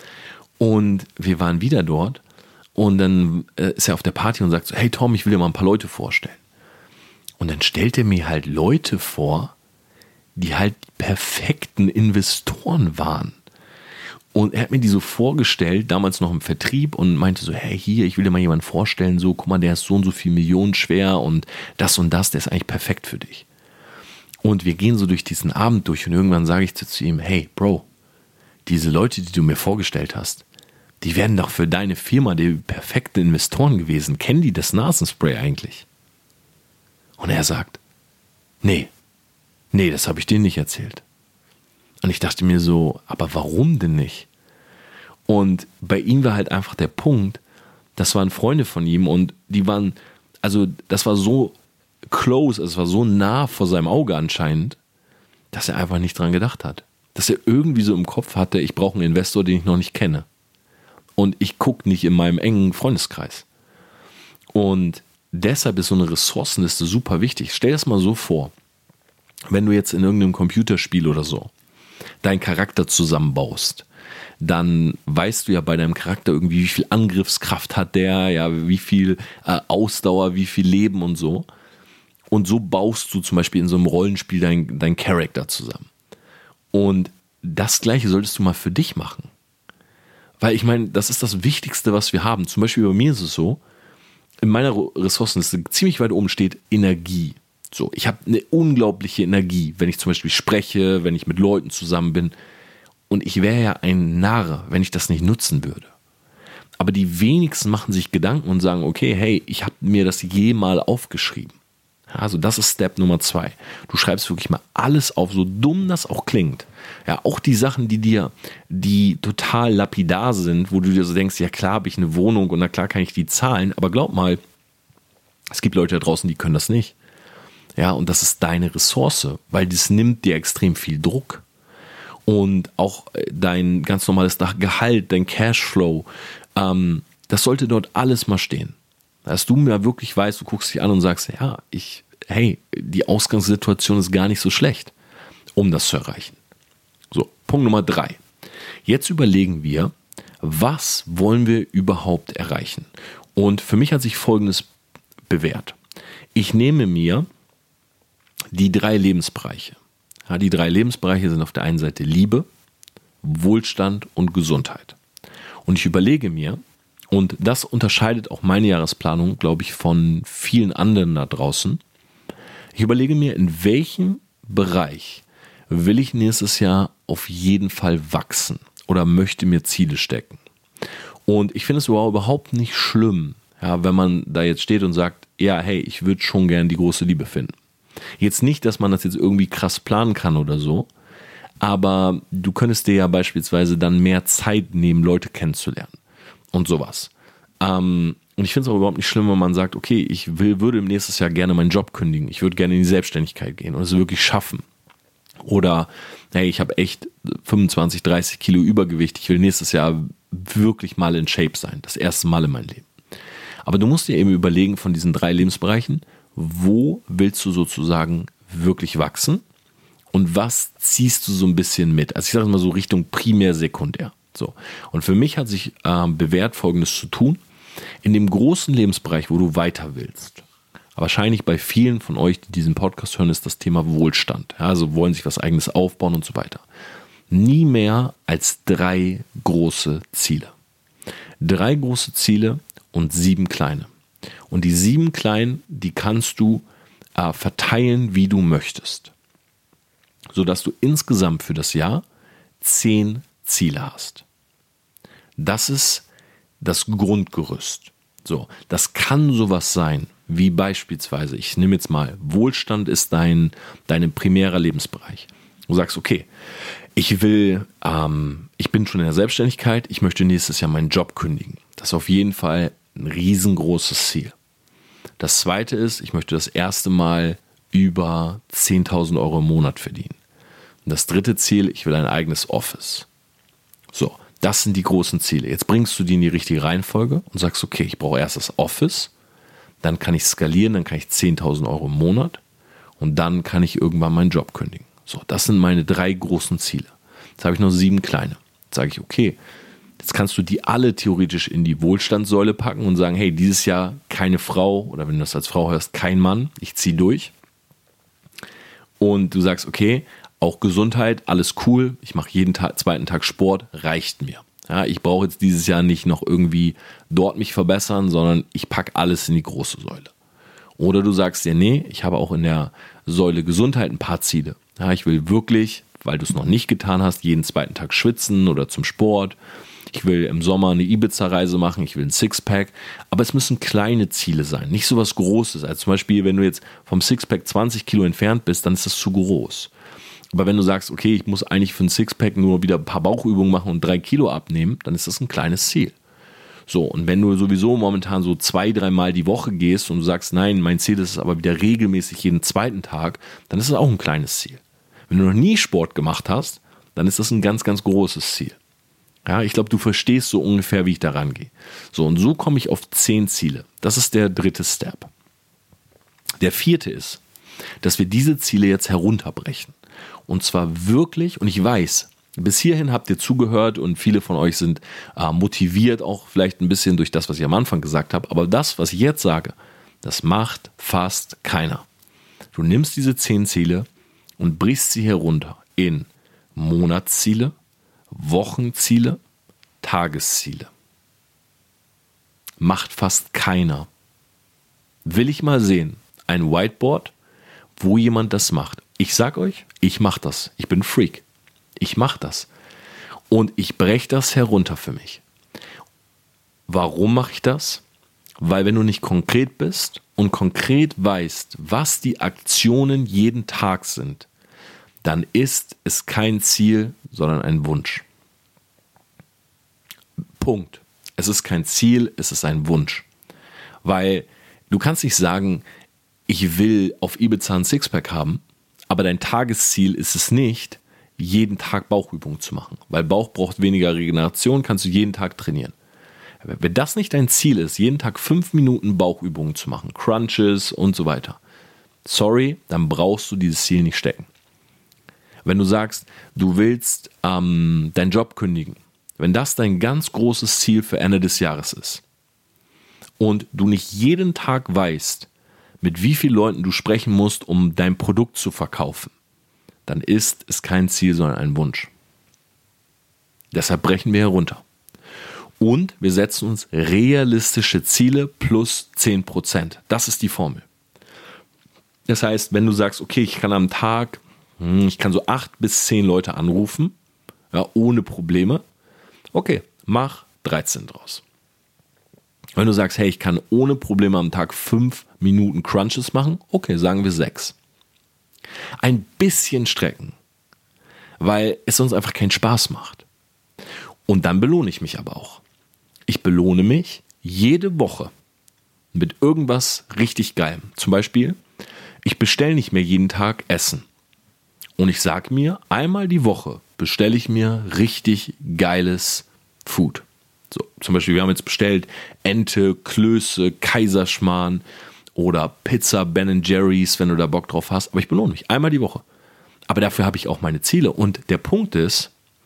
[SPEAKER 1] Und wir waren wieder dort. Und dann ist er auf der Party und sagt so, hey Tom, ich will dir mal ein paar Leute vorstellen. Und dann stellt er mir halt Leute vor, die halt die perfekten Investoren waren. Und er hat mir die so vorgestellt, damals noch im Vertrieb und meinte so, hey hier, ich will dir mal jemanden vorstellen, so guck mal, der ist so und so viel Millionen schwer und das, der ist eigentlich perfekt für dich. Und wir gehen so durch diesen Abend durch und irgendwann sage ich zu ihm, hey Bro, diese Leute, die du mir vorgestellt hast, die werden doch für deine Firma die perfekten Investoren gewesen. Kennen die das Nasenspray eigentlich? Und er sagt, nee, das habe ich denen nicht erzählt. Und ich dachte mir so, aber warum denn nicht? Und bei ihm war halt einfach der Punkt, das waren Freunde von ihm und die waren, also das war so close, also es war so nah vor seinem Auge anscheinend, dass er einfach nicht dran gedacht hat. Dass er irgendwie so im Kopf hatte, ich brauche einen Investor, den ich noch nicht kenne. Und ich gucke nicht in meinem engen Freundeskreis. Und deshalb ist so eine Ressourcenliste super wichtig. Stell dir das mal so vor, wenn du jetzt in irgendeinem Computerspiel oder so deinen Charakter zusammenbaust, dann weißt du ja bei deinem Charakter irgendwie, wie viel Angriffskraft hat der, ja, wie viel Ausdauer, wie viel Leben und so. Und so baust du zum Beispiel in so einem Rollenspiel deinen Charakter zusammen. Und das Gleiche solltest du mal für dich machen. Weil ich meine, das ist das Wichtigste, was wir haben. Zum Beispiel bei mir ist es so, in meiner Ressourcenliste ziemlich weit oben steht Energie. So, ich habe eine unglaubliche Energie, wenn ich zum Beispiel spreche, wenn ich mit Leuten zusammen bin. Und ich wäre ja ein Narr, wenn ich das nicht nutzen würde. Aber die wenigsten machen sich Gedanken und sagen, okay, hey, ich habe mir das mal aufgeschrieben. Also das ist Step Nummer 2. Du schreibst wirklich mal alles auf, so dumm das auch klingt. Ja, auch die Sachen, die total lapidar sind, wo du dir so denkst, ja klar habe ich eine Wohnung und na klar kann ich die zahlen, aber glaub mal, es gibt Leute da draußen, die können das nicht. Ja, und das ist deine Ressource, weil das nimmt dir extrem viel Druck. Und auch dein ganz normales Gehalt, dein Cashflow, das sollte dort alles mal stehen. Dass du mir wirklich weißt, du guckst dich an und sagst, ja, die Ausgangssituation ist gar nicht so schlecht, um das zu erreichen. So, Punkt Nummer 3. Jetzt überlegen wir, was wollen wir überhaupt erreichen? Und für mich hat sich Folgendes bewährt. Ich nehme mir die 3 Lebensbereiche. Ja, die 3 Lebensbereiche sind auf der einen Seite Liebe, Wohlstand und Gesundheit. Und ich überlege mir, und das unterscheidet auch meine Jahresplanung, glaube ich, von vielen anderen da draußen. Ich überlege mir, in welchem Bereich will ich nächstes Jahr auf jeden Fall wachsen oder möchte mir Ziele stecken. Und ich finde es überhaupt nicht schlimm, ja, wenn man da jetzt steht und sagt, ja, hey, ich würde schon gern die große Liebe finden. Jetzt nicht, dass man das jetzt irgendwie krass planen kann oder so, aber du könntest dir ja beispielsweise dann mehr Zeit nehmen, Leute kennenzulernen. Und sowas. Und ich finde es auch überhaupt nicht schlimm, wenn man sagt, okay, ich würde im nächsten Jahr gerne meinen Job kündigen. Ich würde gerne in die Selbstständigkeit gehen und es wirklich schaffen. Oder, hey, ich habe echt 25, 30 Kilo Übergewicht. Ich will nächstes Jahr wirklich mal in Shape sein. Das erste Mal in meinem Leben. Aber du musst dir eben überlegen von diesen 3 Lebensbereichen, wo willst du sozusagen wirklich wachsen und was ziehst du so ein bisschen mit? Also ich sage mal so Richtung primär, sekundär. So. Und für mich hat sich bewährt, Folgendes zu tun. In dem großen Lebensbereich, wo du weiter willst, wahrscheinlich bei vielen von euch, die diesen Podcast hören, ist das Thema Wohlstand. Ja, also wollen sich was Eigenes aufbauen und so weiter. Nie mehr als 3 große Ziele. 3 große Ziele und 7 kleine. Und die 7 kleinen, die kannst du verteilen, wie du möchtest. Sodass du insgesamt für das Jahr 10 Ziele hast. Das ist das Grundgerüst. So, das kann sowas sein, wie beispielsweise, ich nehme jetzt mal, Wohlstand ist dein primärer Lebensbereich. Du sagst, okay, ich bin schon in der Selbstständigkeit, ich möchte nächstes Jahr meinen Job kündigen. Das ist auf jeden Fall ein riesengroßes Ziel. Das zweite ist, ich möchte das erste Mal über 10.000 Euro im Monat verdienen. Und das dritte Ziel, ich will ein eigenes Office. So, das sind die großen Ziele. Jetzt bringst du die in die richtige Reihenfolge und sagst, okay, ich brauche erst das Office, dann kann ich skalieren, dann kann ich 10.000 Euro im Monat und dann kann ich irgendwann meinen Job kündigen. So, das sind meine 3 großen Ziele. Jetzt habe ich noch 7 kleine. Jetzt sage ich, okay, jetzt kannst du die alle theoretisch in die Wohlstandssäule packen und sagen, hey, dieses Jahr keine Frau oder wenn du das als Frau hörst, kein Mann, ich ziehe durch. Und du sagst, okay, auch Gesundheit, alles cool, ich mache jeden zweiten Tag Sport, reicht mir. Ja, ich brauche jetzt dieses Jahr nicht noch irgendwie dort mich verbessern, sondern ich packe alles in die große Säule. Oder du sagst dir, nee, ich habe auch in der Säule Gesundheit ein paar Ziele. Ja, ich will wirklich, weil du es noch nicht getan hast, jeden zweiten Tag schwitzen oder zum Sport. Ich will im Sommer eine Ibiza-Reise machen, ich will ein Sixpack. Aber es müssen kleine Ziele sein, nicht so was Großes. Also zum Beispiel, wenn du jetzt vom Sixpack 20 Kilo entfernt bist, dann ist das zu groß. Aber wenn du sagst, okay, ich muss eigentlich für ein Sixpack nur wieder ein paar Bauchübungen machen und 3 Kilo abnehmen, dann ist das ein kleines Ziel. So, und wenn du sowieso momentan so 2-3 Mal die Woche gehst und du sagst, nein, mein Ziel ist es aber wieder regelmäßig jeden zweiten Tag, dann ist es auch ein kleines Ziel. Wenn du noch nie Sport gemacht hast, dann ist das ein ganz, ganz großes Ziel. Ja, ich glaube, du verstehst so ungefähr, wie ich da rangehe. So, und so komme ich auf 10 Ziele. Das ist der 3. Step. Der 4. ist, dass wir diese Ziele jetzt herunterbrechen. Und zwar wirklich, und ich weiß, bis hierhin habt ihr zugehört und viele von euch sind motiviert, auch vielleicht ein bisschen durch das, was ich am Anfang gesagt habe. Aber das, was ich jetzt sage, das macht fast keiner. Du nimmst diese 10 Ziele und brichst sie herunter in Monatsziele, Wochenziele, Tagesziele. Macht fast keiner. Will ich mal sehen, ein Whiteboard, wo jemand das macht. Ich sag euch, ich mache das. Ich bin ein Freak. Ich mache das. Und ich breche das herunter für mich. Warum mache ich das? Weil wenn du nicht konkret bist und konkret weißt, was die Aktionen jeden Tag sind, dann ist es kein Ziel, sondern ein Wunsch. Punkt. Es ist kein Ziel, es ist ein Wunsch. Weil du kannst nicht sagen, ich will auf Ibiza ein Sixpack haben, aber dein Tagesziel ist es nicht, jeden Tag Bauchübungen zu machen. Weil Bauch braucht weniger Regeneration, kannst du jeden Tag trainieren. Wenn das nicht dein Ziel ist, jeden Tag 5 Minuten Bauchübungen zu machen, Crunches und so weiter, sorry, dann brauchst du dieses Ziel nicht stecken. Wenn du sagst, du willst deinen Job kündigen, wenn das dein ganz großes Ziel für Ende des Jahres ist und du nicht jeden Tag weißt, mit wie vielen Leuten du sprechen musst, um dein Produkt zu verkaufen, dann ist es kein Ziel, sondern ein Wunsch. Deshalb brechen wir herunter. Und wir setzen uns realistische Ziele plus 10%. Das ist die Formel. Das heißt, wenn du sagst, okay, ich kann am Tag, ich kann so 8 bis 10 Leute anrufen, ja, ohne Probleme, okay, mach 13 draus. Wenn du sagst, hey, ich kann ohne Probleme am Tag 5 Minuten Crunches machen, okay, sagen wir 6. Ein bisschen strecken, weil es uns einfach keinen Spaß macht. Und dann belohne ich mich aber auch. Ich belohne mich jede Woche mit irgendwas richtig Geilem. Zum Beispiel, ich bestelle nicht mehr jeden Tag Essen. Und ich sage mir, einmal die Woche bestelle ich mir richtig geiles Food. So, zum Beispiel, wir haben jetzt bestellt Ente, Klöße, Kaiserschmarrn oder Pizza Ben & Jerry's, wenn du da Bock drauf hast. Aber ich belohne mich einmal die Woche. Aber dafür habe ich auch meine Ziele. Und der Punkt ist,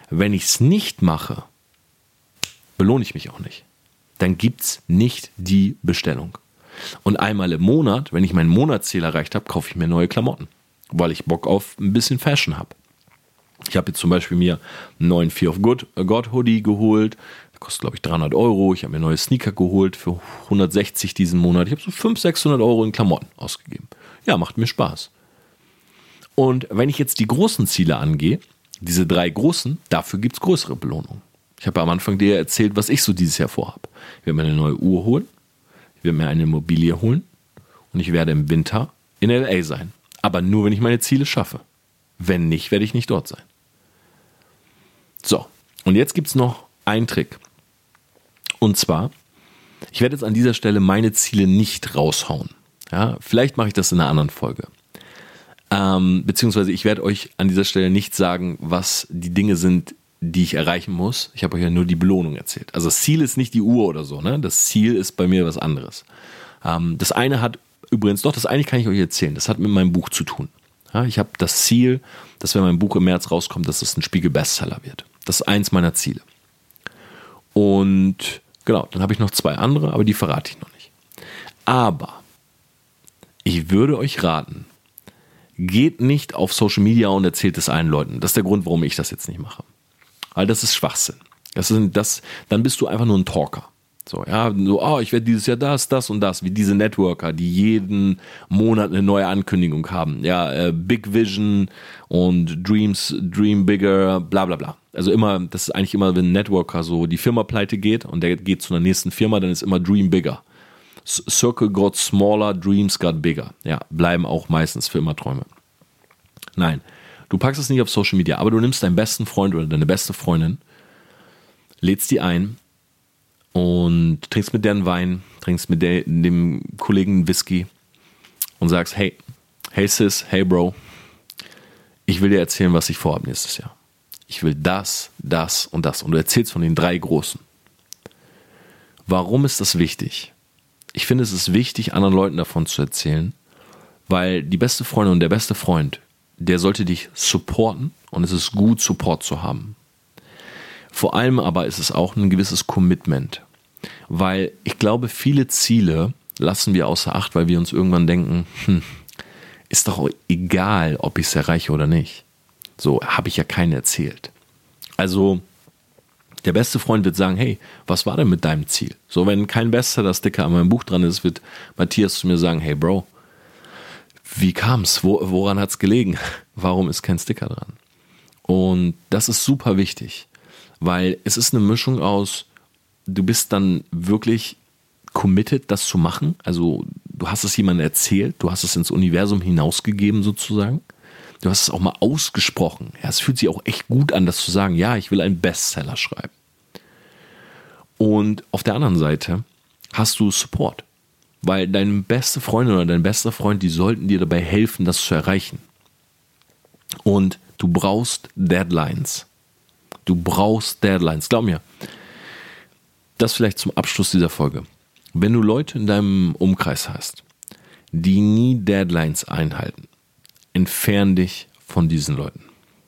[SPEAKER 1] Wenn ich es nicht mache, belohne ich mich auch nicht. Dann gibt es nicht die Bestellung. Und einmal im Monat, wenn ich mein Monatsziel erreicht habe, kaufe ich mir neue Klamotten, weil ich Bock auf ein bisschen Fashion habe. Ich habe jetzt zum Beispiel mir einen neuen Fear of God Hoodie geholt. Der kostet, glaube ich, 300 Euro. Ich habe mir neue Sneaker geholt für 160 diesen Monat. Ich habe so 500, 600 Euro in Klamotten ausgegeben. Ja, macht mir Spaß. Und wenn ich jetzt die großen Ziele angehe, diese 3 großen, dafür gibt es größere Belohnungen. Ich habe am Anfang dir erzählt, was ich so dieses Jahr vorhabe. Ich werde mir eine neue Uhr holen, ich werde mir eine Immobilie holen und ich werde im Winter in LA sein. Aber nur, wenn ich meine Ziele schaffe. Wenn nicht, werde ich nicht dort sein. So, und jetzt gibt es noch einen Trick. Und zwar, ich werde jetzt an dieser Stelle meine Ziele nicht raushauen. Ja, vielleicht mache ich das in einer anderen Folge. Beziehungsweise ich werde euch an dieser Stelle nicht sagen, was die Dinge sind, die ich erreichen muss. Ich habe euch ja nur die Belohnung erzählt. Also das Ziel ist nicht die Uhr oder so, ne? Das Ziel ist bei mir was anderes. Das eine hat übrigens, das eine kann ich euch erzählen, das hat mit meinem Buch zu tun. Ja, ich habe das Ziel, dass wenn mein Buch im März rauskommt, dass es ein Spiegel-Bestseller wird. Das ist eins meiner Ziele. Und genau, dann habe ich noch 2 andere, aber die verrate ich noch nicht. Aber ich würde euch raten, geht nicht auf Social Media und erzählt es allen Leuten. Das ist der Grund, warum ich das jetzt nicht mache. Weil das ist Schwachsinn. Dann bist du einfach nur ein Talker. So, ja, so, ich werde dieses Jahr das und das, wie diese Networker, die jeden Monat eine neue Ankündigung haben. Ja, Big Vision und Dream Bigger, bla bla bla. Also immer, das ist eigentlich immer, wenn ein Networker so die Firma pleite geht und der geht zu einer nächsten Firma, dann ist immer Dream Bigger. Circle got smaller, Dreams got bigger. Ja, bleiben auch meistens für immer Träume. Nein, du packst es nicht auf Social Media, aber du nimmst deinen besten Freund oder deine beste Freundin, lädst die ein und trinkst mit deren Wein, trinkst mit dem Kollegen Whisky und sagst, hey Sis, hey Bro, ich will dir erzählen, was ich vorhabe nächstes Jahr. Ich will das und das. Und du erzählst von den 3 Großen. Warum ist das wichtig? Ich finde, es ist wichtig, anderen Leuten davon zu erzählen, weil die beste Freundin und der beste Freund, der sollte dich supporten und es ist gut, Support zu haben. Vor allem aber ist es auch ein gewisses Commitment, weil ich glaube, viele Ziele lassen wir außer Acht, weil wir uns irgendwann denken, ist doch egal, ob ich es erreiche oder nicht. So habe ich ja keinen erzählt. Also der beste Freund wird sagen, hey, was war denn mit deinem Ziel? So, wenn kein Bestseller-Sticker an meinem Buch dran ist, wird Matthias zu mir sagen, hey Bro, wie kam's? Woran hat's gelegen? Warum ist kein Sticker dran? Und das ist super wichtig, weil es ist eine Mischung aus, du bist dann wirklich committed, das zu machen. Also du hast es jemandem erzählt, du hast es ins Universum hinausgegeben sozusagen. Du hast es auch mal ausgesprochen. Ja, es fühlt sich auch echt gut an, das zu sagen. Ja, ich will einen Bestseller schreiben. Und auf der anderen Seite hast du Support. Weil deine beste Freundin oder dein bester Freund, die sollten dir dabei helfen, das zu erreichen. Und du brauchst Deadlines. Glaub mir. Das vielleicht zum Abschluss dieser Folge. Wenn du Leute in deinem Umkreis hast, die nie Deadlines einhalten, entfern dich von diesen Leuten.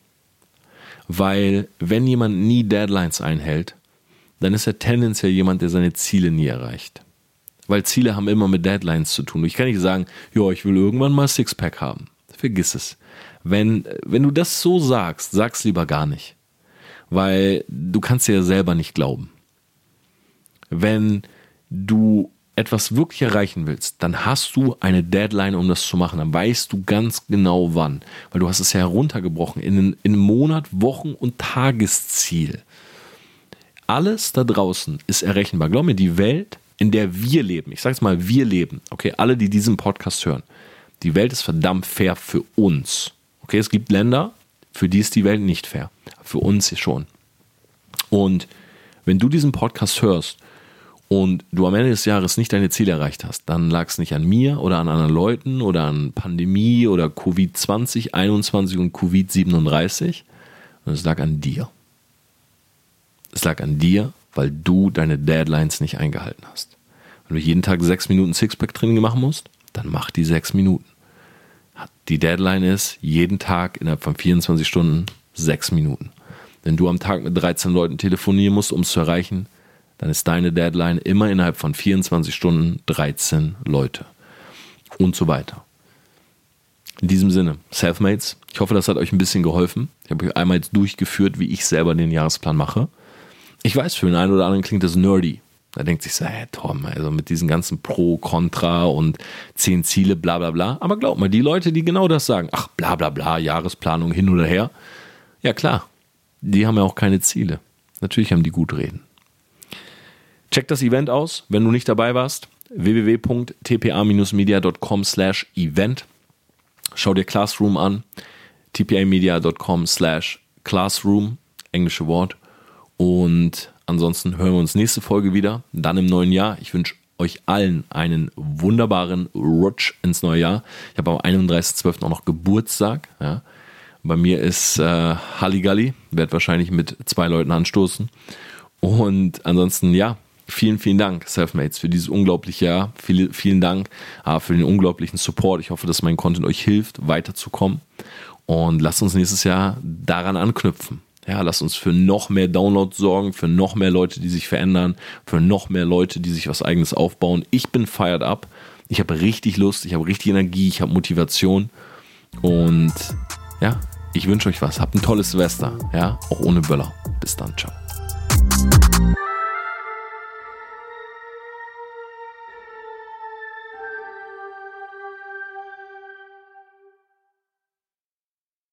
[SPEAKER 1] Weil wenn jemand nie Deadlines einhält, dann ist er tendenziell jemand, der seine Ziele nie erreicht. Weil Ziele haben immer mit Deadlines zu tun. Ich kann nicht sagen, ich will irgendwann mal Sixpack haben. Vergiss es. Wenn du das so sagst, sag's lieber gar nicht. Weil du kannst dir ja selber nicht glauben. Wenn du etwas wirklich erreichen willst, dann hast du eine Deadline, um das zu machen. Dann weißt du ganz genau wann. Weil du hast es ja heruntergebrochen in Monat, Wochen- und Tagesziel. Alles da draußen ist errechenbar. Glaub mir, die Welt, in der wir leben, ich sag's mal, wir leben, okay, alle, die diesen Podcast hören, die Welt ist verdammt fair für uns. Okay, es gibt Länder, für die ist die Welt nicht fair. Für uns schon. Und wenn du diesen Podcast hörst und du am Ende des Jahres nicht deine Ziele erreicht hast, dann lag es nicht an mir oder an anderen Leuten oder an Pandemie oder Covid-20, 21 und Covid-37, sondern es lag an dir. Es lag an dir, weil du deine Deadlines nicht eingehalten hast. Wenn du jeden Tag 6 Minuten Sixpack-Training machen musst, dann mach die 6 Minuten. Die Deadline ist jeden Tag innerhalb von 24 Stunden 6 Minuten. Wenn du am Tag mit 13 Leuten telefonieren musst, um es zu erreichen, dann ist deine Deadline immer innerhalb von 24 Stunden 13 Leute. Und so weiter. In diesem Sinne, Selfmates, ich hoffe, das hat euch ein bisschen geholfen. Ich habe euch einmal jetzt durchgeführt, wie ich selber den Jahresplan mache. Ich weiß, für den einen oder anderen klingt das nerdy. Da denkt sich so, hey Tom, also mit diesen ganzen Pro, Contra und 10 Ziele, bla bla bla. Aber glaub mal, die Leute, die genau das sagen, ach bla bla bla, Jahresplanung hin oder her. Ja klar, die haben ja auch keine Ziele. Natürlich haben die gut reden. Check das Event aus, wenn du nicht dabei warst. www.tpa-media.com/event. Schau dir Classroom an. tpa-media.com/classroom, englische Wort. Und ansonsten hören wir uns nächste Folge wieder, dann im neuen Jahr. Ich wünsche euch allen einen wunderbaren Rutsch ins neue Jahr. Ich habe am 31.12. auch noch Geburtstag. Ja. Bei mir ist Halligalli, werde wahrscheinlich mit 2 Leuten anstoßen. Und ansonsten, ja, vielen, vielen Dank, Selfmates, für dieses unglaubliche Jahr. Vielen Dank für den unglaublichen Support. Ich hoffe, dass mein Content euch hilft, weiterzukommen. Und lasst uns nächstes Jahr daran anknüpfen. Ja, lasst uns für noch mehr Downloads sorgen, für noch mehr Leute, die sich verändern, für noch mehr Leute, die sich was Eigenes aufbauen. Ich bin fired up. Ich habe richtig Lust, ich habe richtig Energie, ich habe Motivation. Und ja, ich wünsche euch was. Habt ein tolles Silvester. Ja, auch ohne Böller. Bis dann. Ciao.